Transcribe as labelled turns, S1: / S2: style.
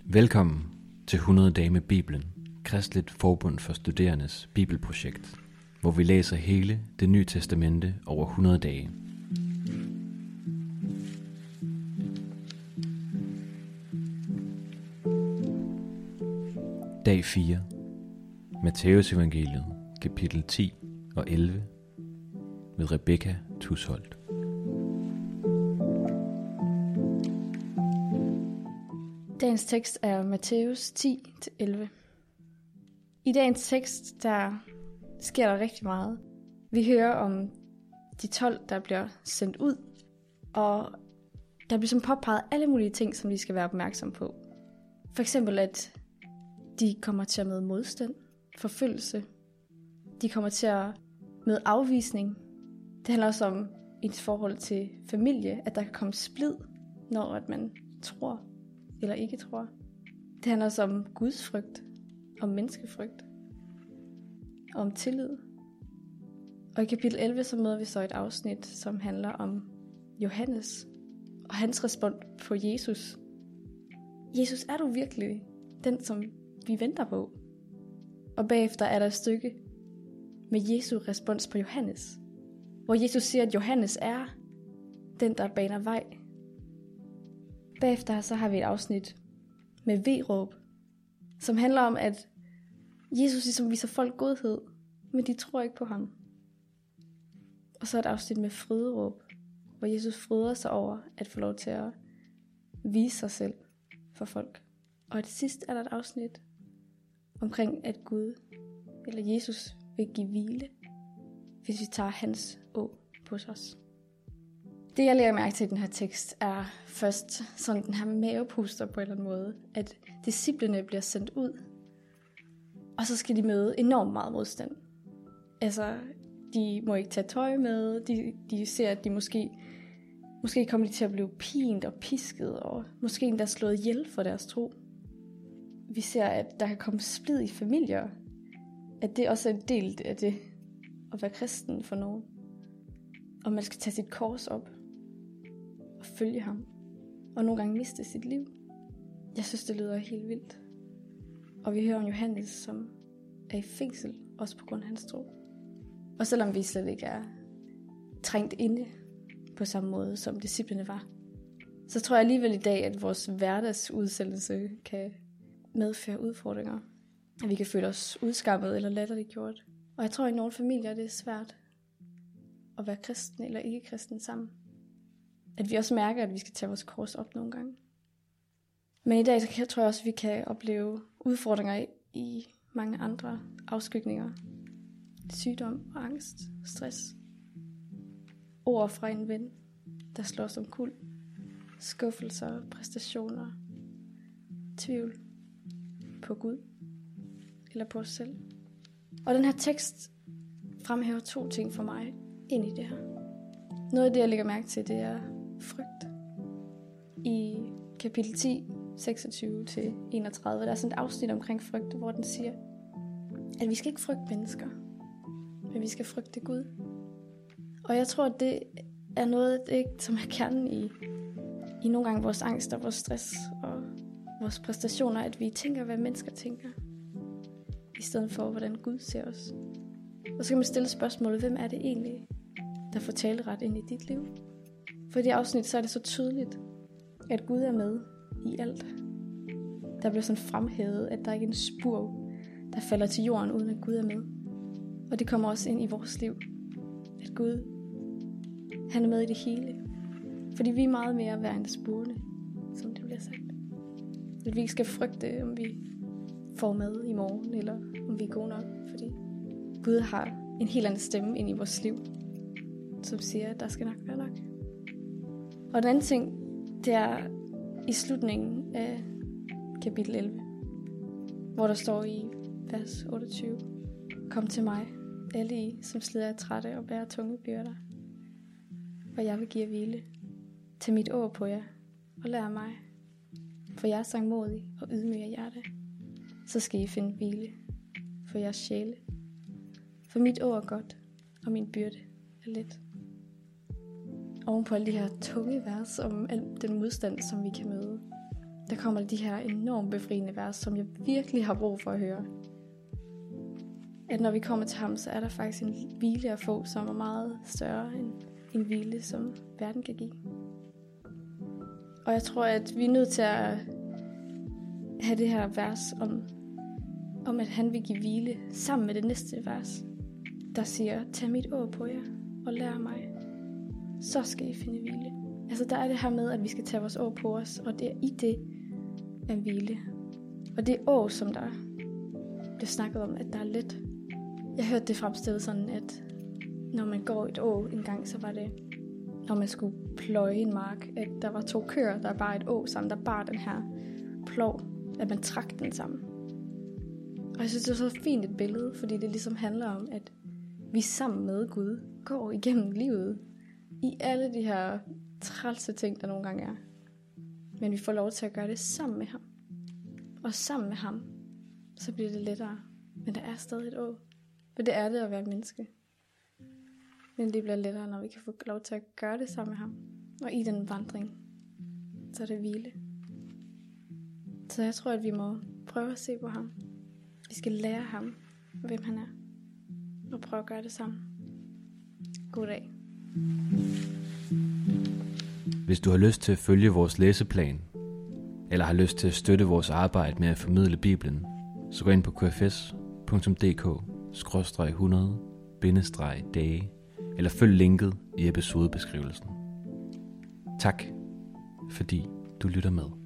S1: Velkommen til 100 dage med Bibelen, Kristeligt Forbund for Studerendes Bibelprojekt, hvor vi læser hele Det Nye Testamente over 100 dage. Dag 4. Matthæus Evangeliet, kapitel 10 og 11, med Rebecca Tusholt.
S2: Dagens tekst er Matthæus 10-11. I dagens tekst, der sker der rigtig meget. Vi hører om de 12, der bliver sendt ud, og der bliver som påpeget alle mulige ting, som de skal være opmærksom på. For eksempel, at de kommer til at møde modstand, forfølgelse. De kommer til at møde afvisning. Det handler også om ens forhold til familie, at der kan komme splid, når at man tror eller ikke tror. Det handler også om Guds frygt, om menneskefrygt, om tillid. Og i kapitel 11 så møder vi så et afsnit, som handler om Johannes og hans respons på Jesus. Jesus, er du virkelig den, som vi venter på? Og bagefter er der et stykke med Jesu respons på Johannes, hvor Jesus siger, at Johannes er den, der baner vej. Bagefter så har vi et afsnit med V-råb, som handler om, at Jesus ligesom viser folk godhed, men de tror ikke på ham. Og så et afsnit med fryderåb, hvor Jesus fryder sig over at få lov til at vise sig selv for folk. Og til sidst er der et afsnit omkring, at Gud eller Jesus vil give hvile, hvis vi tager hans å på os. Det jeg lægger mærke til i den her tekst er først sådan den her mavepuster på en eller anden måde, at disciplene bliver sendt ud, og så skal de møde enormt meget modstand. Altså, de må ikke tage tøj med, de ser, at de måske kommer de til at blive pint og pisket, og måske endda slået ihjel for deres tro. Vi ser, at der kan komme splid i familier, at det også er en del af det at være kristen for nogen. Og man skal tage sit kors op og følge ham, og nogle gange miste sit liv. Jeg synes, det lyder helt vildt. Og vi hører om Johannes, som er i fængsel, også på grund af hans tro. Og selvom vi slet ikke er trængt inde på samme måde, som disciplene var, så tror jeg alligevel i dag, at vores hverdagsudsendelse kan medføre udfordringer. At vi kan føle os udskammet eller latterliggjort. Og jeg tror, at i nogle familier det er svært at være kristen eller ikke kristen sammen. At vi også mærker, at vi skal tage vores kors op nogle gange. Men i dag så tror jeg også, at vi kan opleve udfordringer i mange andre afskygninger. Sygdom og angst, stress. Ord fra en ven, der slår som kul. Skuffelser, præstationer. Tvivl på Gud eller på os selv. Og den her tekst fremhæver 2 ting for mig ind i det her. Noget af det, jeg lægger mærke til, det er frygt. I kapitel 10, 26-31, der er sådan et afsnit omkring frygt, hvor den siger, at vi skal ikke frygte mennesker, men vi skal frygte Gud. Og jeg tror, at det er noget, som er kernen i nogle gange vores angst og vores stress og vores præstationer, at vi tænker, hvad mennesker tænker, i stedet for, hvordan Gud ser os. Og så kan man stille spørgsmålet, hvem er det egentlig, der får taleret ind i dit liv? For i det afsnit, så er det så tydeligt, at Gud er med i alt. Der bliver sådan fremhævet, at der ikke er en spur, der falder til jorden, uden at Gud er med. Og det kommer også ind i vores liv, at Gud, han er med i det hele. Fordi vi er meget mere værd end spurene, som det bliver sagt. At vi ikke skal frygte, om vi får mad i morgen, eller om vi er gode nok. Fordi Gud har en helt anden stemme ind i vores liv, som siger, at der skal nok være nok. Og den anden ting, det er i slutningen af kapitel 11, hvor der står i vers 28, kom til mig, alle I, som slider af trætte og bærer tunge byrder, for jeg vil give hvile. Tag mit ord på jer, og lær mig, for jeg er sangmodig og ydmyg af hjerte. Så skal I finde hvile for jeres sjæle. For mit ord er godt, og min byrde er let. Oven på alle de her tunge vers om al den modstand, som vi kan møde, der kommer de her enormt befriende vers, som jeg virkelig har brug for at høre. At når vi kommer til ham, så er der faktisk en hvile at få, som er meget større end en hvile, som verden kan give. Og jeg tror, at vi er nødt til at have det her vers om at han vil give hvile sammen med det næste vers, der siger, tag mit åg på jer og lær mig, så skal I finde hvile. Altså der er det her med, at vi skal tage vores åg på os, og det er i det en hvile. Og det åg, som der bliver snakket om, at der er let. Jeg hørte det fremstillet sådan, at når man går et åg en gang, så var det, når man skulle pløje en mark, at der var 2 køer, der bar et åg sammen, der bar den her plov, at man trak den sammen. Og jeg synes, det er så fint et billede, fordi det ligesom handler om, at vi sammen med Gud går igennem livet i alle de her trælse ting, der nogle gange er. Men vi får lov til at gøre det sammen med ham. Og sammen med ham, så bliver det lettere. Men der er stadig et åg. For det er det at være menneske. Men det bliver lettere, når vi kan få lov til at gøre det sammen med ham. Og i den vandring, så er det hvile. Så jeg tror, at vi må prøve at se på ham. Vi skal lære ham, hvem han er. Og prøve at gøre det sammen. God dag.
S1: Hvis du har lyst til at følge vores læseplan, eller har lyst til at støtte vores arbejde med at formidle Bibelen, så gå ind på kfs.dk/100-dage, eller følg linket i episodebeskrivelsen. Tak, fordi du lytter med.